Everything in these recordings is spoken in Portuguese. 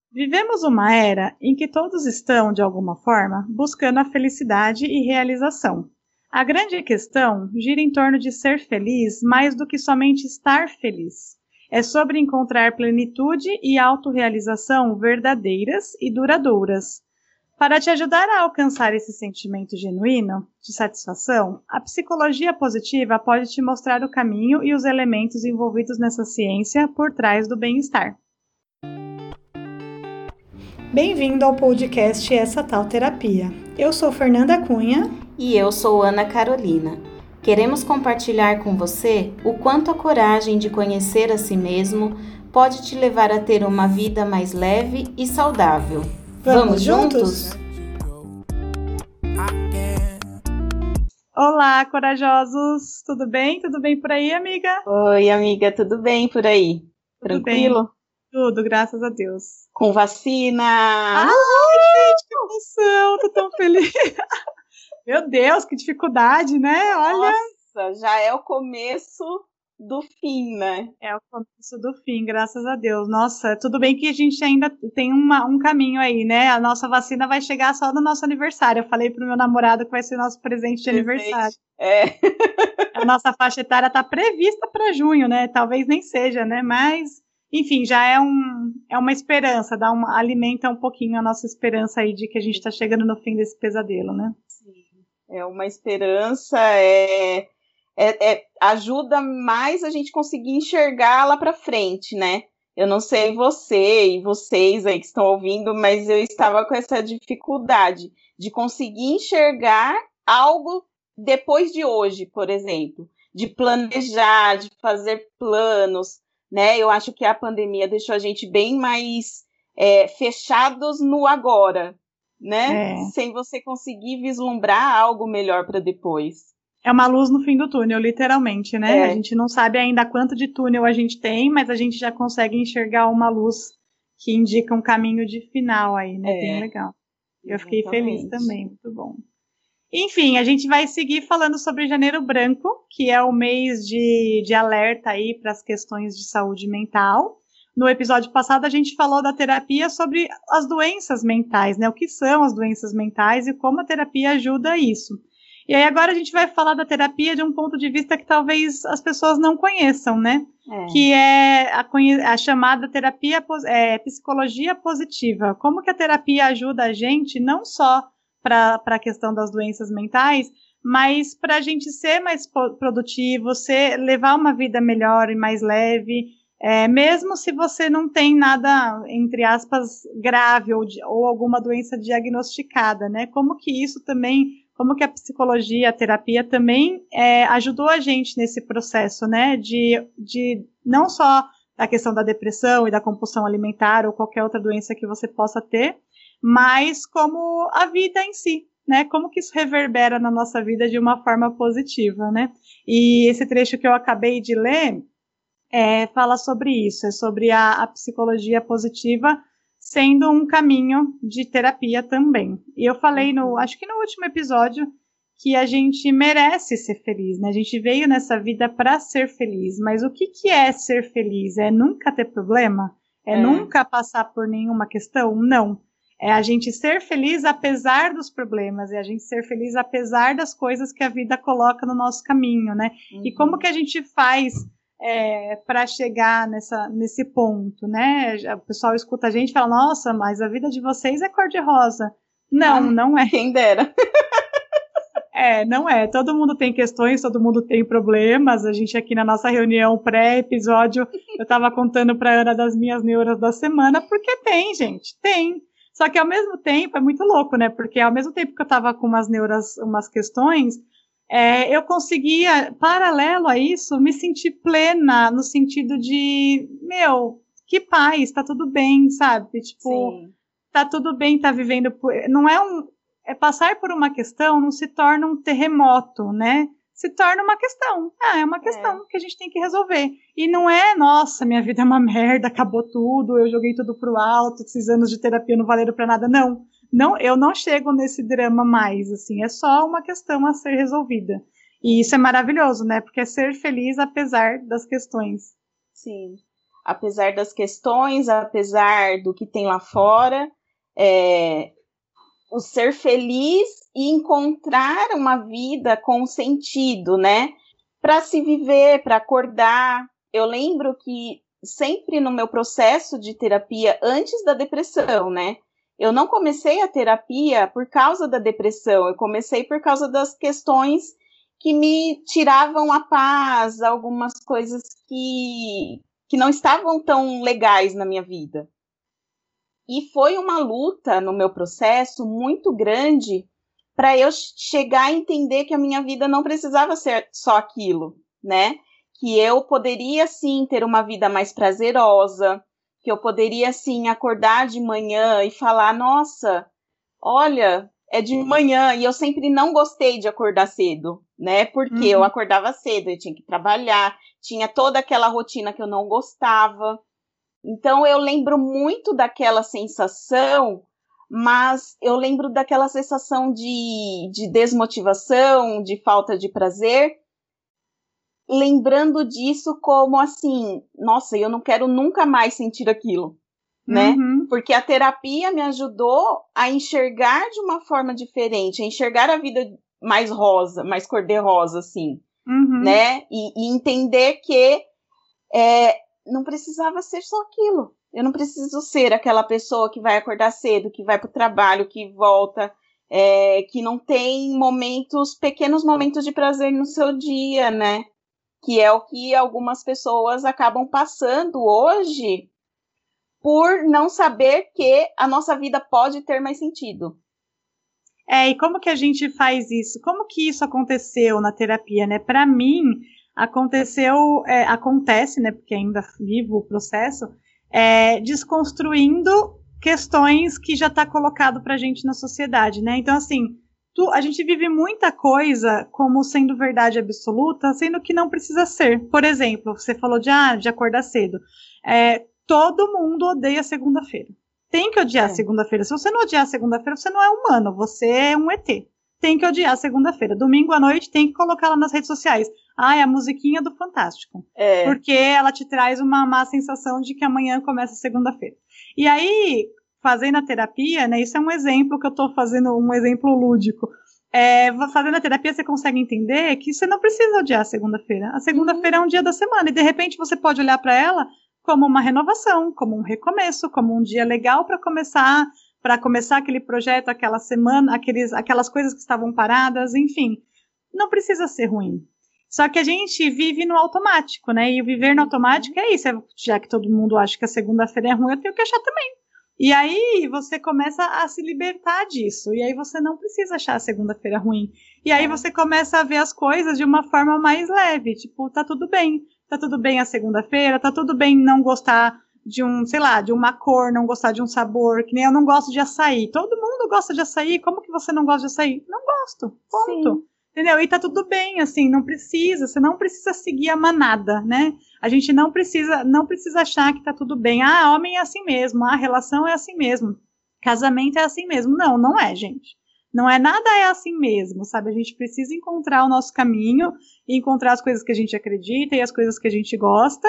Vivemos uma era em que todos estão, de alguma forma, buscando a felicidade e realização. A grande questão gira em torno de ser feliz mais do que somente estar feliz. É sobre encontrar plenitude e autorrealização verdadeiras e duradouras. Para te ajudar a alcançar esse sentimento genuíno de satisfação, a psicologia positiva pode te mostrar o caminho e os elementos envolvidos nessa ciência por trás do bem-estar. Bem-vindo ao podcast Essa Tal Terapia. Eu sou Fernanda Cunha. E eu sou Ana Carolina. Queremos compartilhar com você o quanto a coragem de conhecer a si mesmo pode te levar a ter uma vida mais leve e saudável. Vamos juntos? Olá, corajosos! Tudo bem? Tudo bem por aí, amiga? Oi, amiga, tudo bem por aí? Tudo Tranquilo? Bem. Tudo, graças a Deus. Com vacina! Ai, gente, que emoção! Tô tão feliz! Meu Deus, que dificuldade, né? Olha! Nossa, já é o começo do fim, né? É o começo do fim, graças a Deus. Nossa, tudo bem que a gente ainda tem um caminho aí, né? A nossa vacina vai chegar só no nosso aniversário. Eu falei pro meu namorado que vai ser nosso presente de aniversário. É. A nossa faixa etária tá prevista para junho, né? Talvez nem seja, né? Mas, enfim, já é uma esperança, alimenta um pouquinho a nossa esperança aí de que a gente tá chegando no fim desse pesadelo, né? Sim. É uma esperança, ajuda mais a gente conseguir enxergar lá para frente, né? Eu não sei você e vocês aí que estão ouvindo, mas eu estava com essa dificuldade de conseguir enxergar algo depois de hoje, por exemplo, de planejar, de fazer planos, né? Eu acho que a pandemia deixou a gente bem mais fechados no agora, né? Sem você conseguir vislumbrar algo melhor para depois. É uma luz no fim do túnel, literalmente, né? A gente não sabe ainda quanto de túnel a gente tem, mas a gente já consegue enxergar uma luz que indica um caminho de final aí, né? Bem legal. Eu fiquei feliz também, muito bom. Enfim, a gente vai seguir falando sobre Janeiro Branco, que é o mês de alerta aí para as questões de saúde mental. No episódio passado, a gente falou da terapia sobre as doenças mentais, né? O que são as doenças mentais e como a terapia ajuda isso. E aí agora a gente vai falar da terapia de um ponto de vista que talvez as pessoas não conheçam, né? Que é a chamada terapia, psicologia positiva. Como que a terapia ajuda a gente não só para a questão das doenças mentais, mas para a gente ser mais produtivo, levar uma vida melhor e mais leve, mesmo se você não tem nada, entre aspas, grave ou alguma doença diagnosticada, né? Como que a psicologia, a terapia também ajudou a gente nesse processo, né? De não só a questão da depressão e da compulsão alimentar ou qualquer outra doença que você possa ter, mas como a vida em si, né? Como que isso reverbera na nossa vida de uma forma positiva, né? E esse trecho que eu acabei de ler fala sobre isso, é sobre a psicologia positiva sendo um caminho de terapia também. E eu falei, acho que no último episódio, que a gente merece ser feliz, né? A gente veio nessa vida para ser feliz, mas o que é ser feliz? É nunca ter problema? É nunca passar por nenhuma questão? Não. É a gente ser feliz apesar dos problemas, é a gente ser feliz apesar das coisas que a vida coloca no nosso caminho, né? E como que a gente faz para chegar nesse ponto, né? O pessoal escuta a gente e fala, nossa, mas a vida de vocês é cor-de-rosa. Não, não é. Quem dera. Não é. Todo mundo tem questões, todo mundo tem problemas. A gente aqui na nossa reunião pré-episódio, eu estava contando para Ana das minhas neuras da semana, porque tem, gente, tem. Só que ao mesmo tempo, é muito louco, né? Porque ao mesmo tempo que eu estava com umas neuras, umas questões, eu conseguia, paralelo a isso, me sentir plena, no sentido de, que paz, tá tudo bem, sabe? Tipo, sim, tá tudo bem, tá vivendo, não passar por uma questão não se torna um terremoto, né? Se torna uma questão. É uma questão que a gente tem que resolver. E não é, nossa, minha vida é uma merda, acabou tudo, eu joguei tudo pro alto, esses anos de terapia não valeram pra nada. Não. Não, eu não chego nesse drama mais, assim, é só uma questão a ser resolvida. E isso é maravilhoso, né? Porque é ser feliz apesar das questões. Sim. apesar das questões, apesar do que tem lá fora, o ser feliz e encontrar uma vida com sentido, né? Para se viver, para acordar. Eu lembro que sempre no meu processo de terapia, antes da depressão, né? Eu não comecei a terapia por causa da depressão, eu comecei por causa das questões que me tiravam a paz, algumas coisas que não estavam tão legais na minha vida. E foi uma luta no meu processo muito grande para eu chegar a entender que a minha vida não precisava ser só aquilo, né? Que eu poderia, sim, ter uma vida mais prazerosa, que eu poderia, sim, acordar de manhã e falar, nossa, olha, é de manhã, e eu sempre não gostei de acordar cedo, né? Porque eu acordava cedo, eu tinha que trabalhar, tinha toda aquela rotina que eu não gostava. Então, eu lembro muito daquela sensação, mas eu lembro daquela sensação de desmotivação, de falta de prazer, lembrando disso como assim, nossa, eu não quero nunca mais sentir aquilo, né? Porque a terapia me ajudou a enxergar de uma forma diferente, a enxergar a vida mais rosa, mais cor-de-rosa, assim, né? E entender que não precisava ser só aquilo. Eu não preciso ser aquela pessoa que vai acordar cedo, que vai para o trabalho, que volta, que não tem pequenos momentos de prazer no seu dia, né? Que é o que algumas pessoas acabam passando hoje por não saber que a nossa vida pode ter mais sentido. E como que a gente faz isso? Como que isso aconteceu na terapia, né? Para mim, acontece, né? Porque ainda vivo o processo, desconstruindo questões que já está colocado para a gente na sociedade, né? Então, assim, a gente vive muita coisa como sendo verdade absoluta, sendo que não precisa ser. Por exemplo, você falou de acordar cedo. Todo mundo odeia segunda-feira. Tem que odiar segunda-feira. Se você não odiar segunda-feira, você não é humano, você é um ET. Tem que odiar segunda-feira. Domingo à noite tem que colocar lá nas redes sociais. É a musiquinha do Fantástico. Porque ela te traz uma má sensação de que amanhã começa segunda-feira. E aí, fazendo a terapia, né, isso é um exemplo que eu estou fazendo, um exemplo lúdico. Fazendo a terapia, você consegue entender que você não precisa odiar a segunda-feira. A segunda-feira é um dia da semana e, de repente, você pode olhar para ela como uma renovação, como um recomeço, como um dia legal para começar aquele projeto, aquela semana, aquelas coisas que estavam paradas, enfim. Não precisa ser ruim. Só que a gente vive no automático, né? E o viver no automático é isso. Já que todo mundo acha que a segunda-feira é ruim, eu tenho que achar também. E aí você começa a se libertar disso. E aí você não precisa achar a segunda-feira ruim. E aí você começa a ver as coisas de uma forma mais leve. Tipo, tá tudo bem. Tá tudo bem a segunda-feira, tá tudo bem não gostar de de uma cor, não gostar de um sabor, que nem eu não gosto de açaí. Todo mundo gosta de açaí, como que você não gosta de açaí? Não gosto, ponto. Sim. Entendeu? E tá tudo bem, assim, você não precisa seguir a manada, né? A gente não precisa achar que tá tudo bem. Homem é assim mesmo, relação é assim mesmo, casamento é assim mesmo. Não, não é, gente. Não é nada assim mesmo, sabe? A gente precisa encontrar o nosso caminho, encontrar as coisas que a gente acredita e as coisas que a gente gosta,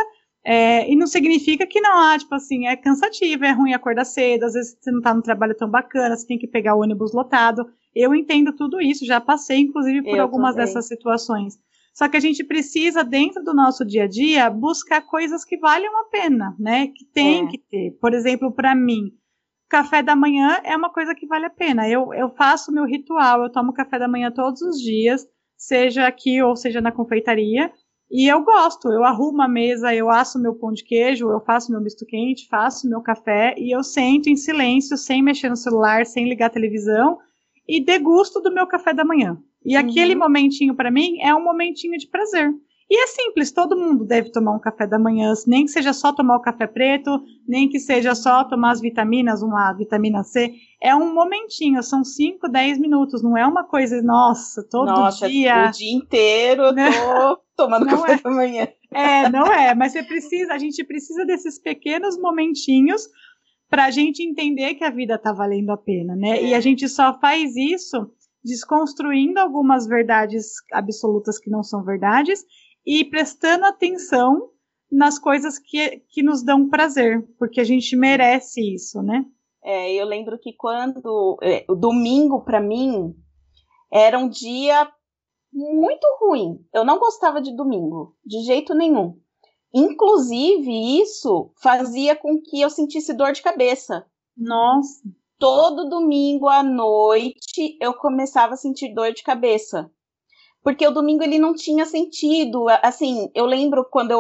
e não significa que não tipo assim, é cansativo, é ruim acordar cedo, às vezes você não tá no trabalho tão bacana, você tem que pegar o ônibus lotado. Eu entendo tudo isso, já passei, inclusive, por algumas dessas situações. Só que a gente precisa, dentro do nosso dia a dia, buscar coisas que valham a pena, né? Que tem que ter. Por exemplo, para mim, café da manhã é uma coisa que vale a pena. Eu faço o meu ritual, eu tomo café da manhã todos os dias, seja aqui ou seja na confeitaria, e eu gosto, eu arrumo a mesa, eu asso meu pão de queijo, eu faço meu misto quente, faço meu café, e eu sento em silêncio, sem mexer no celular, sem ligar a televisão, e degusto do meu café da manhã. E aquele momentinho, para mim, é um momentinho de prazer. E é simples, todo mundo deve tomar um café da manhã, nem que seja só tomar o café preto, nem que seja só tomar as vitaminas, uma vitamina C. É um momentinho, são 5, 10 minutos, não é uma coisa, todo dia. O dia inteiro eu tô tomando café da manhã. Não é, mas a gente precisa desses pequenos momentinhos para a gente entender que a vida está valendo a pena, né? E a gente só faz isso desconstruindo algumas verdades absolutas que não são verdades e prestando atenção nas coisas que nos dão prazer, porque a gente merece isso, né? Eu lembro que o domingo, para mim, era um dia muito ruim. Eu não gostava de domingo, de jeito nenhum. Inclusive, isso fazia com que eu sentisse dor de cabeça. Nossa! Todo domingo à noite eu começava a sentir dor de cabeça. Porque o domingo ele não tinha sentido. Assim, eu lembro quando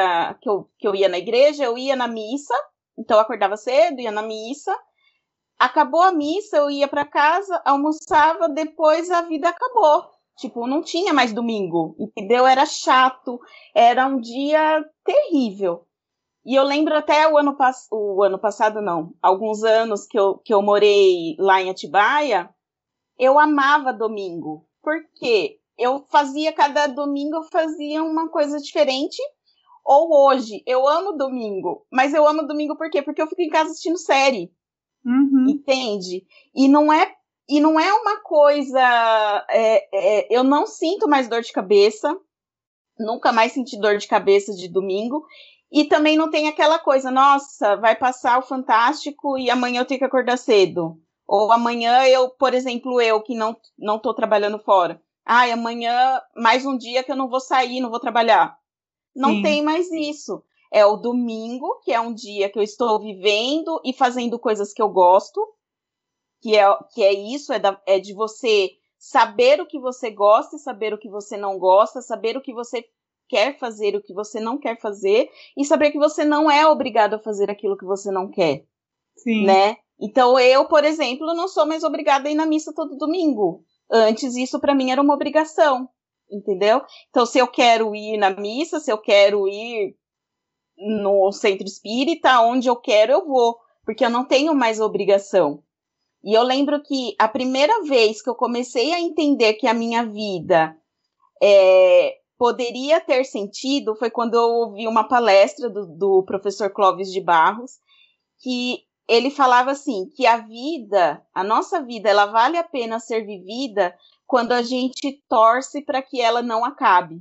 que eu ia na igreja, eu ia na missa, então eu acordava cedo, ia na missa. Acabou a missa, eu ia para casa, almoçava, depois a vida acabou. Tipo, não tinha mais domingo, entendeu? Era chato, era um dia terrível. E eu lembro até o ano passado, não, alguns anos que eu morei lá em Atibaia, eu amava domingo. Por quê? Cada domingo eu fazia uma coisa diferente. Ou hoje, eu amo domingo. Mas eu amo domingo por quê? Porque eu fico em casa assistindo série. Uhum. Entende? E não é uma coisa... eu não sinto mais dor de cabeça. Nunca mais senti dor de cabeça de domingo. E também não tem aquela coisa, nossa, vai passar o Fantástico e amanhã eu tenho que acordar cedo. Ou amanhã por exemplo, eu que não tô trabalhando fora. Amanhã mais um dia que eu não vou sair, não vou trabalhar. Não tem mais isso. É o domingo, que é um dia que eu estou vivendo e fazendo coisas que eu gosto, que é isso, é de você saber o que você gosta e saber o que você não gosta, saber o que você quer fazer, o que você não quer fazer, e saber que você não é obrigado a fazer aquilo que você não quer. Sim. Né? Então eu, por exemplo, não sou mais obrigada a ir na missa todo domingo. Antes isso para mim era uma obrigação, entendeu? Então se eu quero ir na missa, se eu quero ir no centro espírita, onde eu quero eu vou, porque eu não tenho mais obrigação. E eu lembro que a primeira vez que eu comecei a entender que a minha vida poderia ter sentido foi quando eu ouvi uma palestra do professor Clóvis de Barros, que ele falava assim, que a nossa vida, ela vale a pena ser vivida quando a gente torce para que ela não acabe.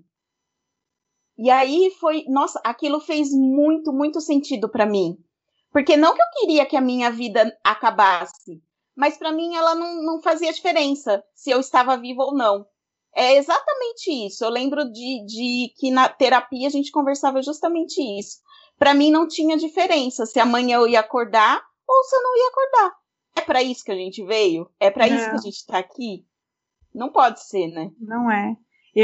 E aí nossa, aquilo fez muito, muito sentido para mim. Porque não que eu queria que a minha vida acabasse, mas para mim ela não fazia diferença se eu estava viva ou não. É exatamente isso. Eu lembro de que na terapia a gente conversava justamente isso. Para mim não tinha diferença se amanhã eu ia acordar ou se eu não ia acordar. É para isso que a gente veio? É para isso que a gente está aqui? Não pode ser, né? Não é.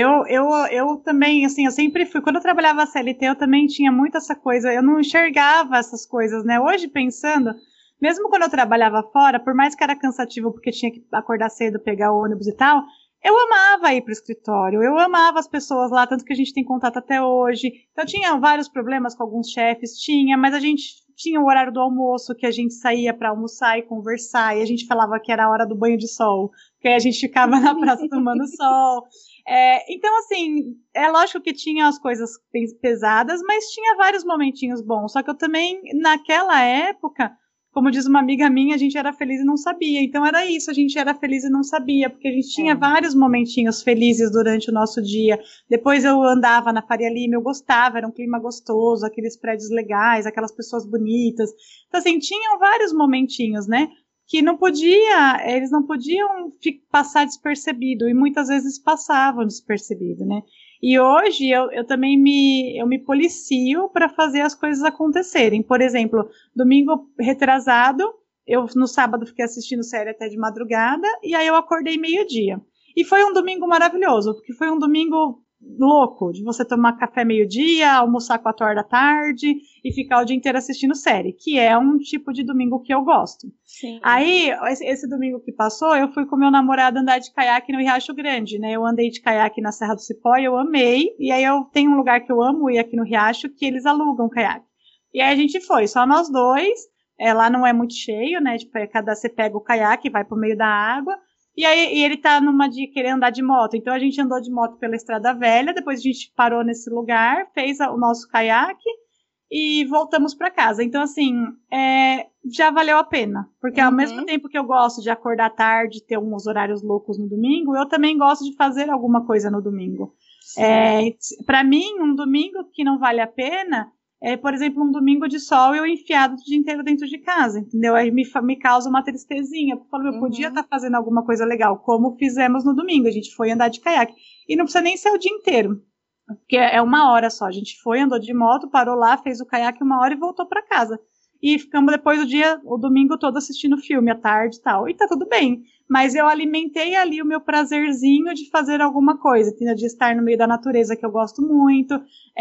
Eu também, assim, eu sempre fui, quando eu trabalhava CLT, eu também tinha muito essa coisa, eu não enxergava essas coisas, né? Hoje, pensando, mesmo quando eu trabalhava fora, por mais que era cansativo, porque tinha que acordar cedo, pegar o ônibus e tal, eu amava ir para o escritório, eu amava as pessoas lá, tanto que a gente tem contato até hoje. Então, tinha vários problemas com alguns chefes, mas a gente tinha o horário do almoço, que a gente saía para almoçar e conversar, e a gente falava que era a hora do banho de sol, porque aí a gente ficava na praça tomando sol. Então, assim, é lógico que tinha as coisas pesadas, mas tinha vários momentinhos bons. Só que eu também, naquela época, como diz uma amiga minha, a gente era feliz e não sabia. Então era isso, a gente era feliz e não sabia, porque a gente tinha vários momentinhos felizes durante o nosso dia. Depois eu andava na Faria Lima, eu gostava, era um clima gostoso, aqueles prédios legais, aquelas pessoas bonitas. Então, assim, tinham vários momentinhos, né? Que eles não podiam passar despercebido, e muitas vezes passavam despercebido, né? E hoje eu também me policio para fazer as coisas acontecerem. Por exemplo, domingo retrasado, eu no sábado fiquei assistindo série até de madrugada, e aí eu acordei meio-dia. E foi um domingo maravilhoso, porque foi um domingo louco, de você tomar café meio-dia, almoçar 4 horas da tarde e ficar o dia inteiro assistindo série, que é um tipo de domingo que eu gosto. Sim. Aí, esse domingo que passou, eu fui com meu namorado andar de caiaque no Riacho Grande, né? Eu andei de caiaque na Serra do Cipó e eu amei, e aí eu tenho um lugar que eu amo ir aqui no Riacho, que eles alugam caiaque. E aí a gente foi, só nós dois, lá não é muito cheio, né? Tipo, você pega o caiaque e vai pro meio da água. E aí ele tá numa de querer andar de moto. Então a gente andou de moto pela Estrada Velha, depois a gente parou nesse lugar, fez o nosso caiaque e voltamos para casa. Então, assim, já valeu a pena. Porque ao mesmo tempo que eu gosto de acordar tarde, ter uns horários loucos no domingo, eu também gosto de fazer alguma coisa no domingo. Para mim, um domingo que não vale a pena por exemplo, um domingo de sol eu enfiado o dia inteiro dentro de casa, entendeu? Aí me causa uma tristezinha. Eu falo, eu podia estar fazendo alguma coisa legal, como fizemos no domingo. A gente foi andar de caiaque. E não precisa nem ser o dia inteiro, porque é 1 hora só. A gente foi, andou de moto, parou lá, fez o caiaque 1 hora e voltou para casa. E ficamos depois o domingo todo assistindo filme, à tarde e tal. E tá tudo bem. Mas eu alimentei ali o meu prazerzinho de fazer alguma coisa, de estar no meio da natureza, que eu gosto muito.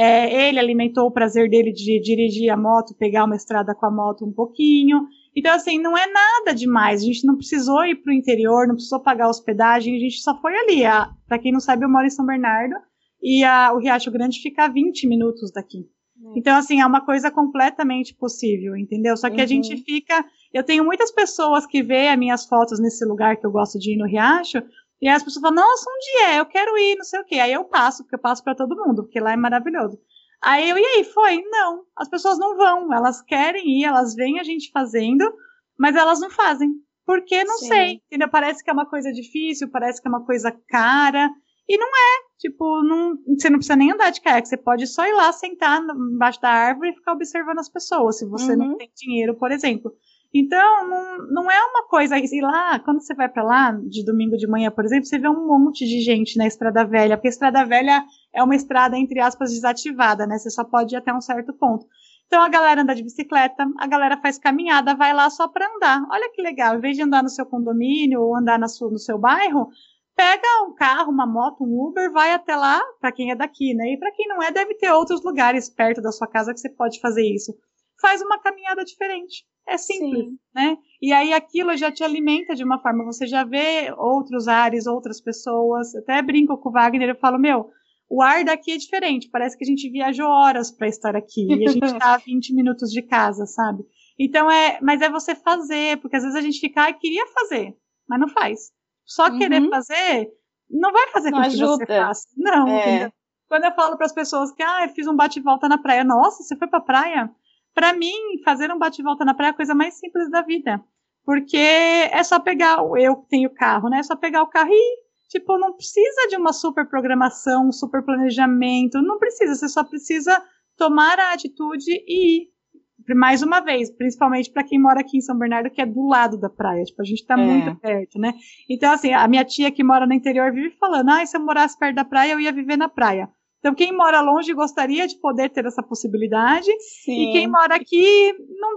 Ele alimentou o prazer dele de dirigir a moto, pegar uma estrada com a moto um pouquinho. Então, assim, não é nada demais. A gente não precisou ir para o interior, não precisou pagar hospedagem, a gente só foi ali. Para quem não sabe, eu moro em São Bernardo e o Riacho Grande fica a 20 minutos daqui. Então, assim, é uma coisa completamente possível, entendeu? Só que a gente fica... Eu tenho muitas pessoas que veem as minhas fotos nesse lugar que eu gosto de ir no Riacho, e as pessoas falam, nossa, onde é? Eu quero ir, não sei o quê. Aí eu passo, porque eu passo para todo mundo, porque lá é maravilhoso. Aí e aí, foi? Não. As pessoas não vão, elas querem ir, elas veem a gente fazendo, mas elas não fazem. Porque, não sei, entendeu? Parece que é uma coisa difícil, parece que é uma coisa cara, e não é. Tipo, você não precisa nem andar de caiaque, você pode só ir lá, sentar embaixo da árvore e ficar observando as pessoas, se você não tem dinheiro, por exemplo. Então, não é uma coisa, e lá, quando você vai para lá, de domingo de manhã, por exemplo, você vê um monte de gente na Estrada Velha, porque a Estrada Velha é uma estrada, entre aspas, desativada, né, você só pode ir até um certo ponto. Então, a galera anda de bicicleta, a galera faz caminhada, vai lá só para andar. Olha que legal, em vez de andar no seu condomínio ou andar no seu bairro, pega um carro, uma moto, um Uber, vai até lá, para quem é daqui, né? E para quem não é, deve ter outros lugares perto da sua casa que você pode fazer isso. Faz uma caminhada diferente. É simples, né? E aí aquilo já te alimenta de uma forma, você já vê outros ares, outras pessoas. Até brinco com o Wagner, eu falo, o ar daqui é diferente, parece que a gente viajou horas para estar aqui, e a gente está a 20 minutos de casa, sabe? Então mas é você fazer, porque às vezes a gente fica, queria fazer, mas não faz. Só querer fazer, não vai fazer com que você faça. Não, entendeu? Quando eu falo para as pessoas que, eu fiz um bate-volta na praia. Nossa, você foi para a praia? Para mim, fazer um bate-volta na praia é a coisa mais simples da vida. Porque é só pegar, eu tenho carro, né? É só pegar o carro e, não precisa de uma super programação, um super planejamento. Não precisa, você só precisa tomar a atitude e ir. Mais uma vez, principalmente para quem mora aqui em São Bernardo, que é do lado da praia, a gente tá muito perto, né? Então, assim, a minha tia que mora no interior vive falando, se eu morasse perto da praia, eu ia viver na praia. Então, quem mora longe gostaria de poder ter essa possibilidade, e quem mora aqui não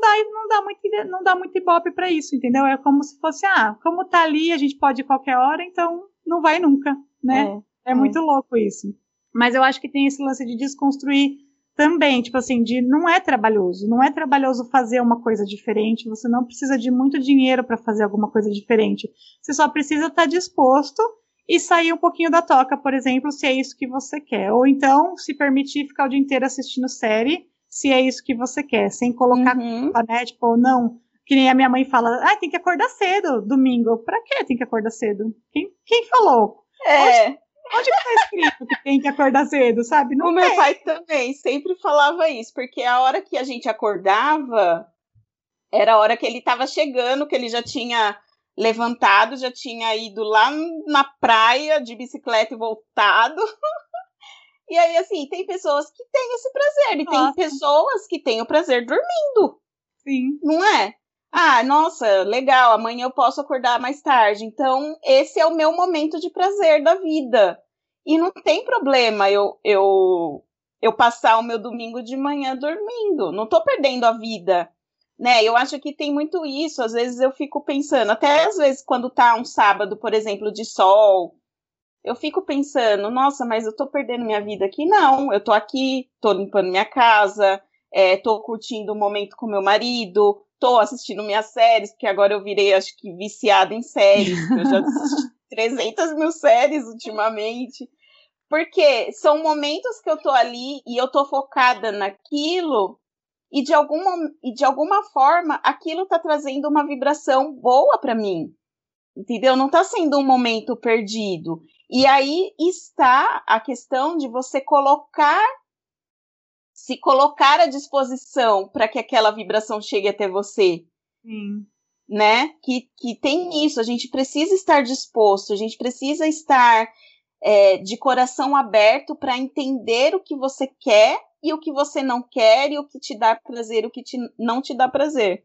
dá muito ibope para isso, entendeu? É como se fosse, como tá ali, a gente pode ir qualquer hora, então não vai nunca, né? É muito louco isso. Mas eu acho que tem esse lance de desconstruir também, não é trabalhoso fazer uma coisa diferente, você não precisa de muito dinheiro para fazer alguma coisa diferente, você só precisa estar disposto e sair um pouquinho da toca, por exemplo, se é isso que você quer, ou então se permitir ficar o dia inteiro assistindo série, se é isso que você quer, sem colocar culpa, né, não, que nem a minha mãe fala, tem que acordar cedo, domingo, pra que tem que acordar cedo? Quem falou? Onde que tá escrito que tem que acordar cedo, sabe? Não o meu pai também sempre falava isso, porque a hora que a gente acordava era a hora que ele estava chegando, que ele já tinha levantado, já tinha ido lá na praia de bicicleta e voltado. E aí, assim, tem pessoas que têm esse prazer, e tem pessoas que têm o prazer dormindo. Sim. Não é? Nossa, legal, amanhã eu posso acordar mais tarde. Então, esse é o meu momento de prazer da vida. E não tem problema eu passar o meu domingo de manhã dormindo. Não tô perdendo a vida, né? Eu acho que tem muito isso. Às vezes eu fico pensando, até às vezes quando tá um sábado, por exemplo, de sol, eu fico pensando, nossa, mas eu tô perdendo minha vida aqui? Não, eu tô aqui, tô limpando minha casa, tô curtindo o momento com meu marido, tô assistindo minhas séries, porque agora eu virei, acho que, viciada em séries. Eu já assisti 300 mil séries ultimamente. Porque são momentos que eu tô ali e eu tô focada naquilo e de alguma forma aquilo tá trazendo uma vibração boa para mim. Entendeu? Não tá sendo um momento perdido. E aí está a questão de você se colocar à disposição para que aquela vibração chegue até você. Né? Que tem isso, a gente precisa estar disposto, a gente precisa estar de coração aberto para entender o que você quer e o que você não quer, e o que te dá prazer, o que não te dá prazer.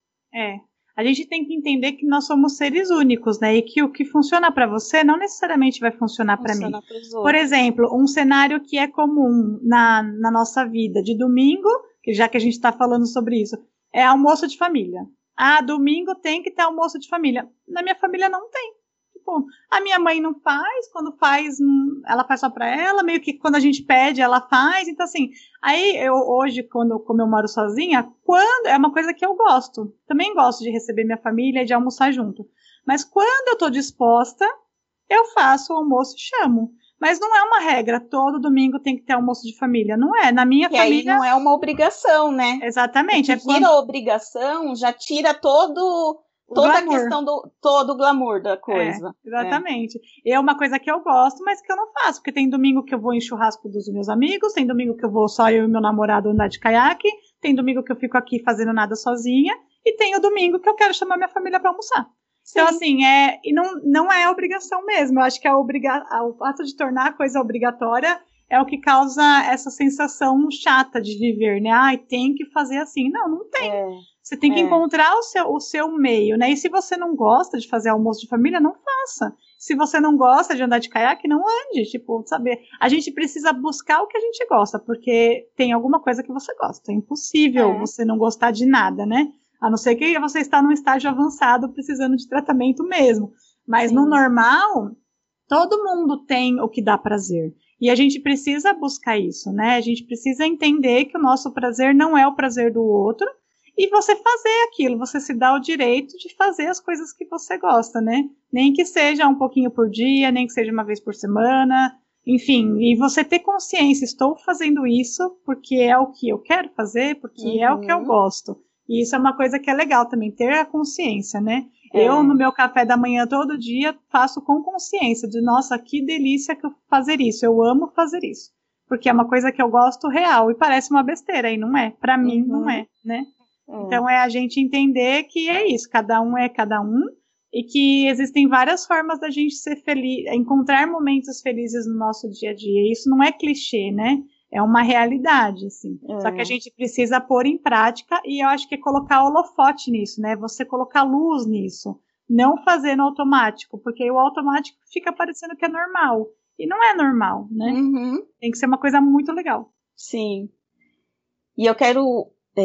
A gente tem que entender que nós somos seres únicos, né? E que o que funciona para você não necessariamente vai funcionar para mim. Por exemplo, um cenário que é comum na nossa vida de domingo, que já que a gente está falando sobre isso, é almoço de família. Domingo tem que ter almoço de família. Na minha família não tem. Tipo, a minha mãe não faz, quando faz, ela faz só pra ela, meio que quando a gente pede, ela faz. Então, assim, aí eu hoje, como eu moro sozinha, é uma coisa que eu gosto. Também gosto de receber minha família e de almoçar junto. Mas quando eu tô disposta, eu faço o almoço e chamo. Mas não é uma regra, todo domingo tem que ter almoço de família. Não é, na minha família... E aí não é uma obrigação, né? Exatamente. Tira a obrigação, já tira toda a questão todo o glamour da coisa. Exatamente. É uma coisa que eu gosto, mas que eu não faço, porque tem domingo que eu vou em churrasco dos meus amigos, tem domingo que eu vou só eu e meu namorado andar de caiaque, tem domingo que eu fico aqui fazendo nada sozinha, e tem o domingo que eu quero chamar minha família para almoçar. Sim. Então, assim, e não é obrigação mesmo. Eu acho que o fato de tornar a coisa obrigatória é o que causa essa sensação chata de viver, né? Tem que fazer assim. Não tem. Você tem que encontrar o seu meio, né? E se você não gosta de fazer almoço de família, não faça. Se você não gosta de andar de caiaque, não ande. Tipo, saber. A gente precisa buscar o que a gente gosta, porque tem alguma coisa que você gosta. É impossível você não gostar de nada, né? A não ser que você está num estágio avançado, precisando de tratamento mesmo. Mas no normal, todo mundo tem o que dá prazer. E a gente precisa buscar isso, né? A gente precisa entender que o nosso prazer não é o prazer do outro, e você fazer aquilo, você se dá o direito de fazer as coisas que você gosta, né? Nem que seja um pouquinho por dia, nem que seja uma vez por semana, enfim, e você ter consciência, estou fazendo isso porque é o que eu quero fazer, porque é o que eu gosto. E isso é uma coisa que é legal também, ter a consciência, né? Eu, no meu café da manhã, todo dia, faço com consciência de, nossa, que delícia que eu fazer isso, eu amo fazer isso. Porque é uma coisa que eu gosto real, e parece uma besteira, e não é. Pra mim, não é, né? Então, é a gente entender que é isso, cada um é cada um, e que existem várias formas da gente ser feliz, encontrar momentos felizes no nosso dia a dia. Isso não é clichê, né? É uma realidade, assim. Só que a gente precisa pôr em prática, e eu acho que é colocar holofote nisso, né? Você colocar luz nisso, não fazer no automático, porque o automático fica parecendo que é normal, e não é normal, né? Tem que ser uma coisa muito legal. Sim. E eu quero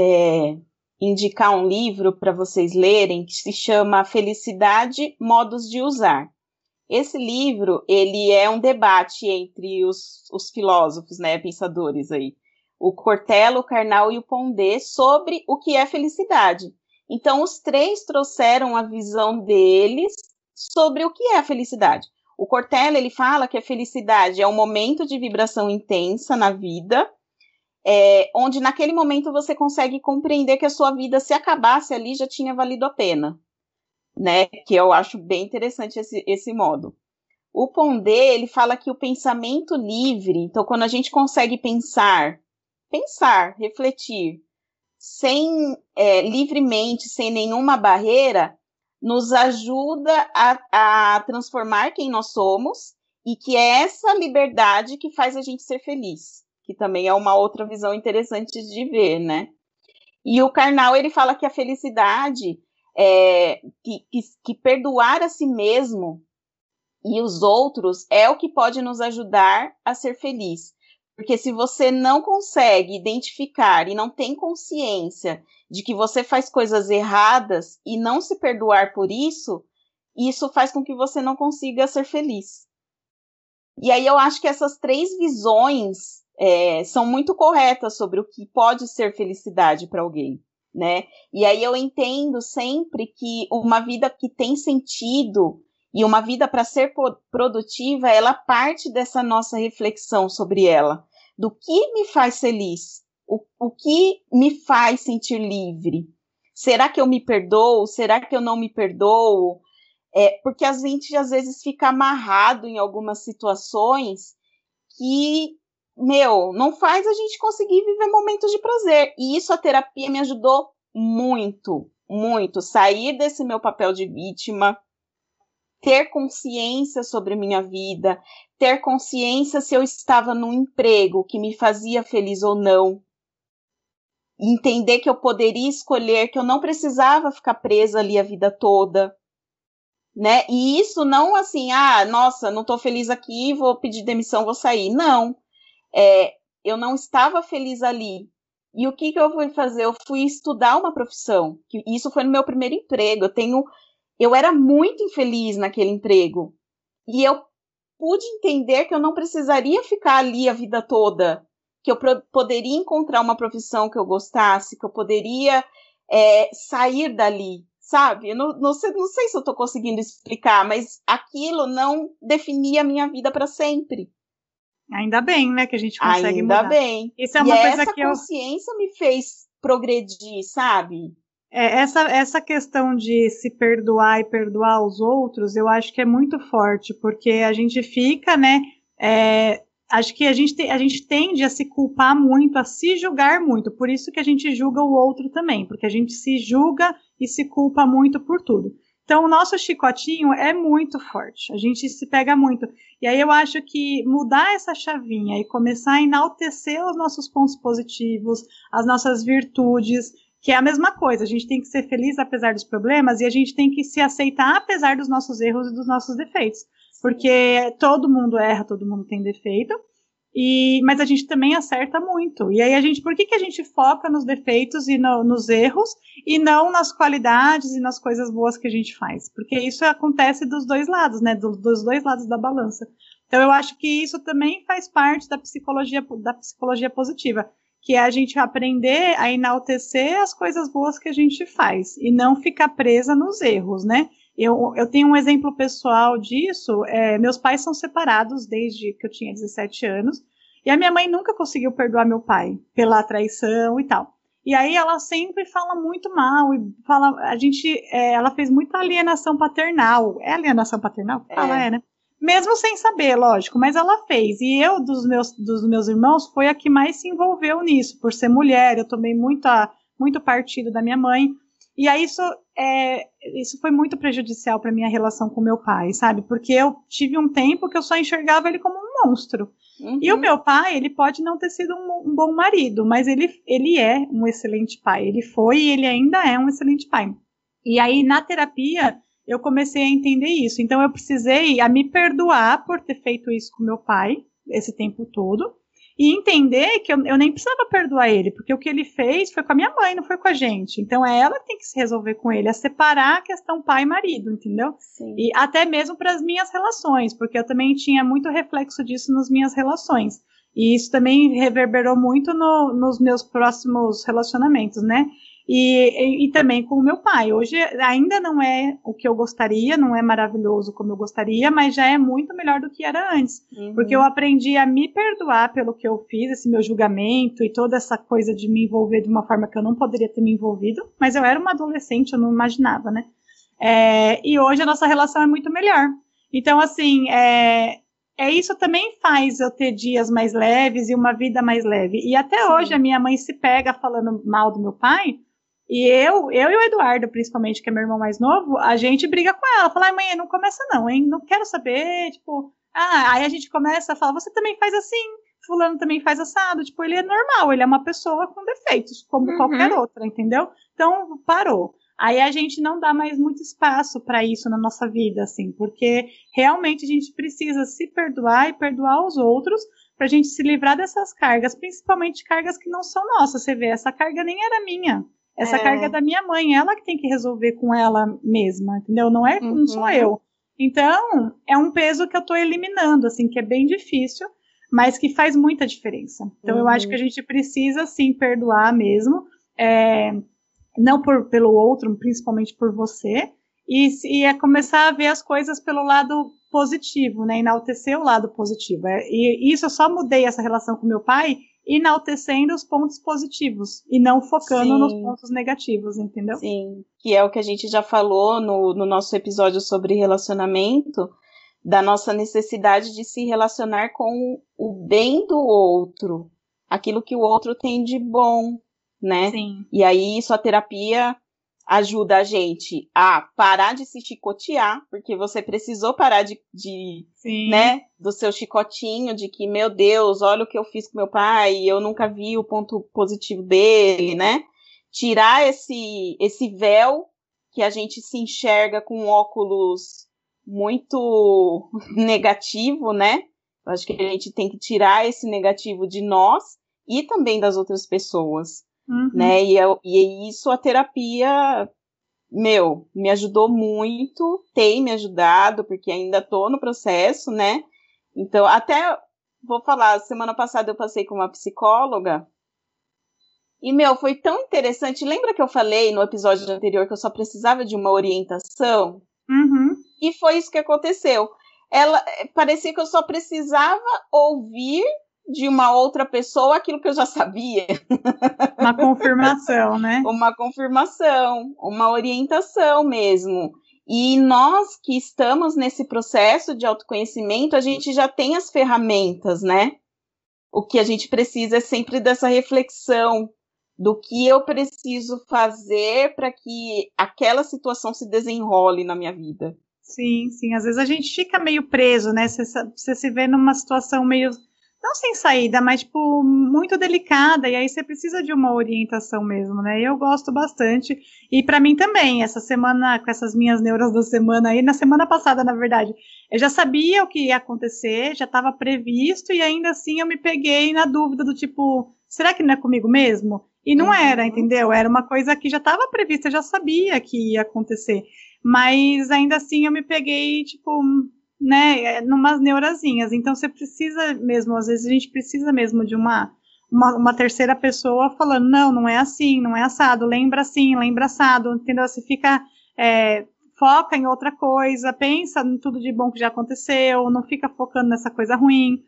indicar um livro para vocês lerem que se chama Felicidade, Modos de Usar. Esse livro, ele é um debate entre os filósofos, né, pensadores aí, o Cortella, o Karnal e o Pondé, sobre o que é felicidade. Então, os três trouxeram a visão deles sobre o que é a felicidade. O Cortella, ele fala que a felicidade é um momento de vibração intensa na vida, onde naquele momento você consegue compreender que a sua vida, se acabasse ali, já tinha valido a pena, né? Que eu acho bem interessante esse modo. O Pondé, ele fala que o pensamento livre, então quando a gente consegue pensar, refletir, livremente, sem nenhuma barreira, nos ajuda a transformar quem nós somos, e que é essa liberdade que faz a gente ser feliz, que também é uma outra visão interessante de ver, né? E o Karnal, ele fala que a felicidade que perdoar a si mesmo e os outros é o que pode nos ajudar a ser feliz. Porque se você não consegue identificar e não tem consciência de que você faz coisas erradas e não se perdoar por isso, isso faz com que você não consiga ser feliz. E aí eu acho que essas três visões são muito corretas sobre o que pode ser felicidade para alguém, né? E aí eu entendo sempre que uma vida que tem sentido e uma vida para ser produtiva, ela parte dessa nossa reflexão sobre ela, do que me faz feliz, o que me faz sentir livre. Será que eu me perdoo? Será que eu não me perdoo? Porque a gente às vezes fica amarrado em algumas situações que, não faz a gente conseguir viver momentos de prazer. E isso a terapia me ajudou muito, muito. Sair desse meu papel de vítima, ter consciência sobre a minha vida, ter consciência se eu estava num emprego que me fazia feliz ou não, entender que eu poderia escolher, que eu não precisava ficar presa ali a vida toda, né? E isso não assim, nossa, não estou feliz aqui, vou pedir demissão, vou sair. Não, eu não estava feliz ali. E o que eu fui fazer? Eu fui estudar uma profissão. Isso foi no meu primeiro emprego. Eu era muito infeliz naquele emprego. E eu pude entender que eu não precisaria ficar ali a vida toda. Que eu poderia encontrar uma profissão que eu gostasse, que eu poderia sair dali, sabe? Eu não sei se eu estou conseguindo explicar, mas aquilo não definia a minha vida para sempre. Ainda bem, né, que a gente consegue mudar. Ainda bem. Isso é uma coisa essa consciência me fez progredir, sabe? Essa questão de se perdoar e perdoar os outros, eu acho que é muito forte, porque a gente fica, né, acho que a gente tende a se culpar muito, a se julgar muito, por isso que a gente julga o outro também, porque a gente se julga e se culpa muito por tudo. Então, o nosso chicotinho é muito forte, a gente se pega muito. E aí eu acho que mudar essa chavinha e começar a enaltecer os nossos pontos positivos, as nossas virtudes, que é a mesma coisa, a gente tem que ser feliz apesar dos problemas e a gente tem que se aceitar apesar dos nossos erros e dos nossos defeitos. Porque todo mundo erra, todo mundo tem defeito, mas a gente também acerta muito. E aí por que a gente foca nos defeitos e nos erros e não nas qualidades e nas coisas boas que a gente faz? Porque isso acontece dos dois lados, né? Dos dois lados da balança. Então eu acho que isso também faz parte da psicologia positiva, que é a gente aprender a enaltecer as coisas boas que a gente faz e não ficar presa nos erros, né? Eu tenho um exemplo pessoal disso. Meus pais são separados desde que eu tinha 17 anos, e a minha mãe nunca conseguiu perdoar meu pai pela traição e tal. E aí ela sempre fala muito mal, e ela fez muita alienação paternal. É alienação paternal? Né? Mesmo sem saber, lógico, mas ela fez. E eu, dos meus irmãos, foi a que mais se envolveu nisso, por ser mulher. Eu tomei muito partido da minha mãe. E aí isso foi muito prejudicial para minha relação com meu pai, sabe? Porque eu tive um tempo que eu só enxergava ele como um monstro. Uhum. E o meu pai, ele pode não ter sido um bom marido, mas ele é um excelente pai. Ele foi e ele ainda é um excelente pai. E aí, na terapia, eu comecei a entender isso. Então, eu precisei me perdoar por ter feito isso com meu pai esse tempo todo. E entender que eu nem precisava perdoar ele, porque o que ele fez foi com a minha mãe, não foi com a gente. Então é ela que tem que se resolver com ele, é separar a questão pai e marido, entendeu? Sim. E até mesmo para as minhas relações, porque eu também tinha muito reflexo disso nas minhas relações. E isso também reverberou muito nos meus próximos relacionamentos, né? E também com o meu pai. Hoje ainda não é o que eu gostaria, não é maravilhoso como eu gostaria, mas já é muito melhor do que era antes. Uhum. Porque eu aprendi a me perdoar pelo que eu fiz, esse meu julgamento e toda essa coisa de me envolver de uma forma que eu não poderia ter me envolvido, mas eu era uma adolescente, eu não imaginava, né? E hoje a nossa relação é muito melhor. Então, assim, isso também faz eu ter dias mais leves e uma vida mais leve. E até Sim. hoje a minha mãe se pega falando mal do meu pai. E eu e o Eduardo, principalmente, que é meu irmão mais novo, a gente briga com ela. Fala, mãe, não começa não, hein? Não quero saber, tipo... aí a gente começa a falar, você também faz assim, fulano também faz assado. Tipo, ele é normal, ele é uma pessoa com defeitos, como qualquer outra, entendeu? Então, parou. Aí a gente não dá mais muito espaço para isso na nossa vida, assim, porque realmente a gente precisa se perdoar e perdoar os outros pra gente se livrar dessas cargas, principalmente cargas que não são nossas. Você vê, essa carga nem era minha. Essa carga é da minha mãe, ela que tem que resolver com ela mesma, entendeu? Não sou eu. Então, é um peso que eu tô eliminando, assim, que é bem difícil, mas que faz muita diferença. Então, eu acho que a gente precisa, sim, perdoar mesmo, não pelo outro, principalmente por você, e começar a ver as coisas pelo lado positivo, né? Enaltecer o lado positivo. E isso eu só mudei essa relação com meu pai enaltecendo os pontos positivos e não focando Sim. nos pontos negativos, entendeu? Sim, que é o que a gente já falou no nosso episódio sobre relacionamento, da nossa necessidade de se relacionar com o bem do outro, aquilo que o outro tem de bom, né? Sim. E aí isso a terapia ajuda a gente a parar de se chicotear, porque você precisou parar né, do seu chicotinho, de que, meu Deus, olha o que eu fiz com meu pai, eu nunca vi o ponto positivo dele, né? Tirar esse véu que a gente se enxerga com um óculos muito negativo, né? Eu acho que a gente tem que tirar esse negativo de nós e também das outras pessoas. Né? E isso a terapia, me ajudou muito, tem me ajudado, porque ainda tô no processo, né? Então, até vou falar, semana passada eu passei com uma psicóloga e, foi tão interessante. Lembra que eu falei no episódio anterior que eu só precisava de uma orientação? E foi isso que aconteceu. Parecia que eu só precisava ouvir de uma outra pessoa aquilo que eu já sabia. Uma confirmação, né? Uma confirmação, uma orientação mesmo. E nós que estamos nesse processo de autoconhecimento, a gente já tem as ferramentas, né? O que a gente precisa é sempre dessa reflexão do que eu preciso fazer para que aquela situação se desenrole na minha vida. Sim, sim. Às vezes a gente fica meio preso, né? Você se vê numa situação meio... não sem saída, mas, tipo, muito delicada, e aí você precisa de uma orientação mesmo, né? E eu gosto bastante, e pra mim também, essa semana, com essas minhas neuras da semana aí, na semana passada, na verdade, eu já sabia o que ia acontecer, já estava previsto, e ainda assim eu me peguei na dúvida do tipo, será que não é comigo mesmo? E não era, entendeu? Era uma coisa que já estava prevista, eu já sabia que ia acontecer, mas ainda assim eu me peguei, tipo... né, numas neurazinhas, então você precisa mesmo, às vezes a gente precisa mesmo de uma terceira pessoa falando, não é assim, não é assado, lembra assim, lembra assado, entendeu? Você fica, foca em outra coisa, pensa em tudo de bom que já aconteceu, não fica focando nessa coisa ruim.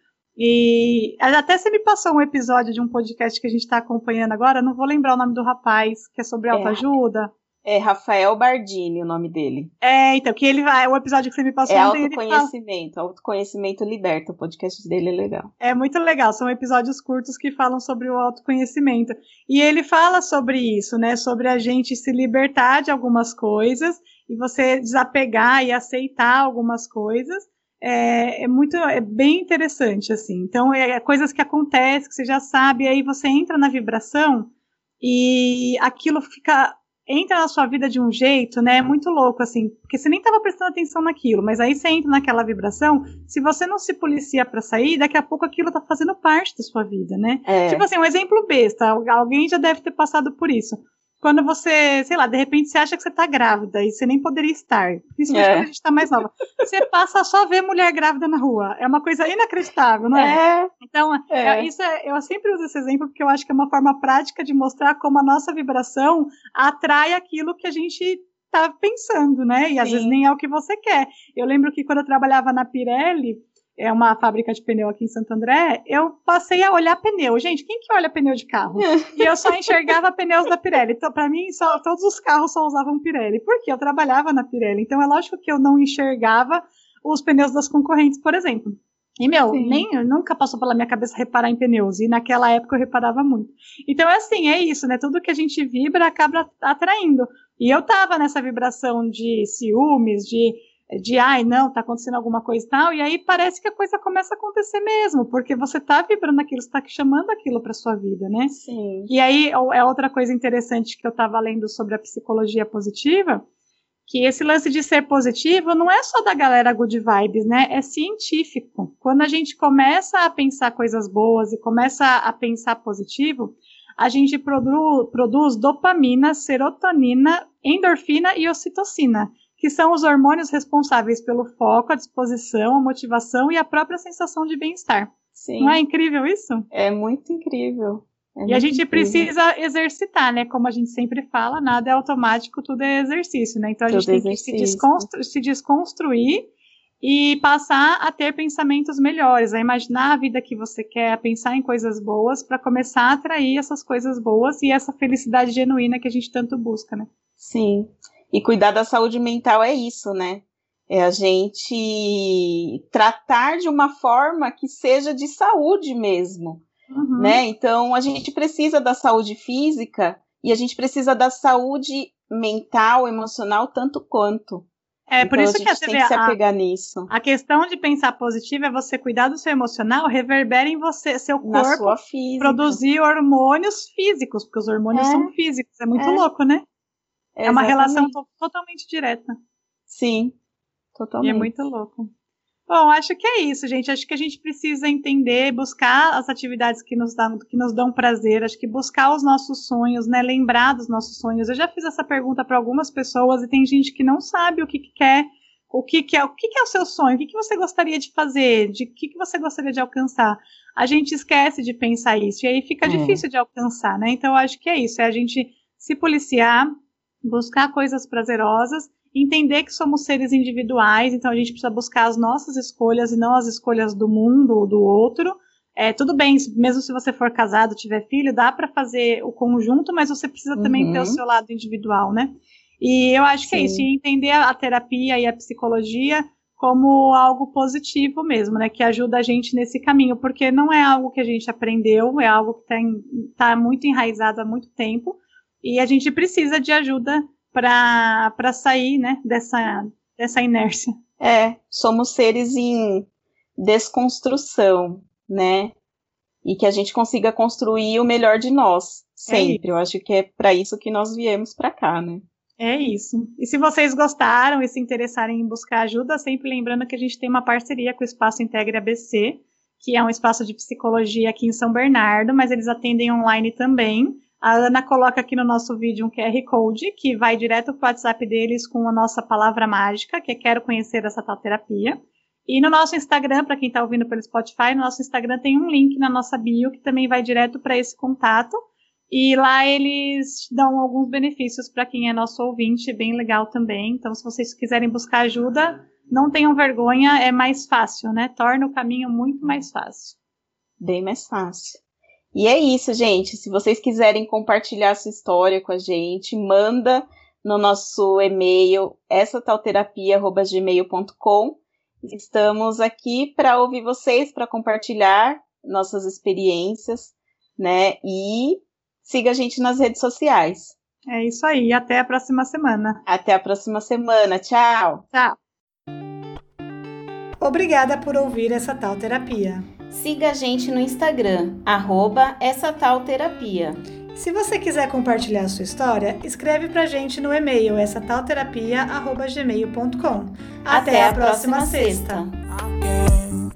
E até você me passou um episódio de um podcast que a gente está acompanhando agora, não vou lembrar o nome do rapaz, que é sobre autoajuda. É Rafael Bardini o nome dele. Então, que o episódio que você me passou ontem, autoconhecimento, autoconhecimento liberta, o podcast dele é legal. É muito legal, são episódios curtos que falam sobre o autoconhecimento. E ele fala sobre isso, né, sobre a gente se libertar de algumas coisas e você desapegar e aceitar algumas coisas. É bem interessante, assim. Então, coisas que acontecem, que você já sabe, e aí você entra na vibração e aquilo entra na sua vida de um jeito, né, muito louco, assim, porque você nem estava prestando atenção naquilo, mas aí você entra naquela vibração, se você não se policia para sair, daqui a pouco aquilo tá fazendo parte da sua vida, né? Tipo assim, um exemplo besta, alguém já deve ter passado por isso. Quando você, sei lá, de repente você acha que você tá grávida e você nem poderia estar, principalmente quando a gente tá mais nova. Você passa a só ver mulher grávida na rua. É uma coisa inacreditável, não é? Então, eu sempre uso esse exemplo porque eu acho que é uma forma prática de mostrar como a nossa vibração atrai aquilo que a gente tá pensando, né? E às vezes nem é o que você quer. Eu lembro que quando eu trabalhava na Pirelli, é uma fábrica de pneu aqui em Santo André, eu passei a olhar pneu. Gente, quem que olha pneu de carro? E eu só enxergava pneus da Pirelli. Então, pra mim, todos os carros só usavam Pirelli. Porque eu trabalhava na Pirelli. Então, é lógico que eu não enxergava os pneus das concorrentes, por exemplo. E, nunca passou pela minha cabeça reparar em pneus. E naquela época eu reparava muito. Então, é isso, né? Tudo que a gente vibra acaba atraindo. E eu tava nessa vibração de ciúmes, tá acontecendo alguma coisa e tal, e aí parece que a coisa começa a acontecer mesmo, porque você tá vibrando aquilo, você tá chamando aquilo pra sua vida, né? Sim. E aí, é outra coisa interessante que eu tava lendo sobre a psicologia positiva, que esse lance de ser positivo não é só da galera good vibes, né? É científico. Quando a gente começa a pensar coisas boas e começa a pensar positivo, a gente produz dopamina, serotonina, endorfina e ocitocina, que são os hormônios responsáveis pelo foco, a disposição, a motivação e a própria sensação de bem-estar. Sim. Não é incrível isso? É muito incrível. E a gente precisa exercitar, né? Como a gente sempre fala, nada é automático, tudo é exercício, né? Então a gente tem que se desconstruir e passar a ter pensamentos melhores, a imaginar a vida que você quer, a pensar em coisas boas para começar a atrair essas coisas boas e essa felicidade genuína que a gente tanto busca, né? Sim. E cuidar da saúde mental é isso, né? É a gente tratar de uma forma que seja de saúde mesmo, né? Então, a gente precisa da saúde física e a gente precisa da saúde mental, emocional, tanto quanto. Por Então, isso a gente tem que se apegar nisso. A questão de pensar positivo é você cuidar do seu emocional, reverbera em você, seu corpo, na sua física, produzir hormônios físicos, porque os hormônios são físicos. É muito louco, né? É uma relação totalmente direta. Sim, totalmente. E é muito louco. Bom, acho que é isso, gente. Acho que a gente precisa entender, buscar as atividades que nos dão prazer. Acho que buscar os nossos sonhos, né? Lembrar dos nossos sonhos. Eu já fiz essa pergunta para algumas pessoas e tem gente que não sabe o que quer, o que é o seu sonho, o que você gostaria de fazer, de que você gostaria de alcançar. A gente esquece de pensar isso e aí fica difícil de alcançar, né? Então, acho que é isso. É a gente se policiar, buscar coisas prazerosas, entender que somos seres individuais, então a gente precisa buscar as nossas escolhas e não as escolhas do mundo ou do outro. Tudo bem, mesmo se você for casado, tiver filho, dá para fazer o conjunto, mas você precisa também ter o seu lado individual, né? E eu acho que é isso, e entender a terapia e a psicologia como algo positivo mesmo, né? Que ajuda a gente nesse caminho, porque não é algo que a gente aprendeu, é algo que tá muito enraizado há muito tempo, e a gente precisa de ajuda para sair, né, dessa inércia. Somos seres em desconstrução, né? E que a gente consiga construir o melhor de nós, sempre. Eu acho que é para isso que nós viemos para cá, né? É isso. E se vocês gostaram e se interessarem em buscar ajuda, sempre lembrando que a gente tem uma parceria com o Espaço Integre ABC, que é um espaço de psicologia aqui em São Bernardo, mas eles atendem online também. A Ana coloca aqui no nosso vídeo um QR Code que vai direto para o WhatsApp deles com a nossa palavra mágica, que é quero conhecer essa tal terapia. E no nosso Instagram, para quem está ouvindo pelo Spotify, no nosso Instagram tem um link na nossa bio que também vai direto para esse contato. E lá eles dão alguns benefícios para quem é nosso ouvinte, bem legal também. Então, se vocês quiserem buscar ajuda, não tenham vergonha, é mais fácil, né? Torna o caminho muito mais fácil. Bem mais fácil. E é isso, gente. Se vocês quiserem compartilhar sua história com a gente, manda no nosso e-mail essatalterapia@gmail.com. Estamos aqui para ouvir vocês, para compartilhar nossas experiências, né? E siga a gente nas redes sociais. É isso aí. Até a próxima semana. Até a próxima semana. Tchau. Tchau. Obrigada por ouvir essa tal terapia. Siga a gente no Instagram, @essatalterapia. Se você quiser compartilhar a sua história, escreve pra gente no e-mail essatalterapia@gmail.com. Até a próxima sexta.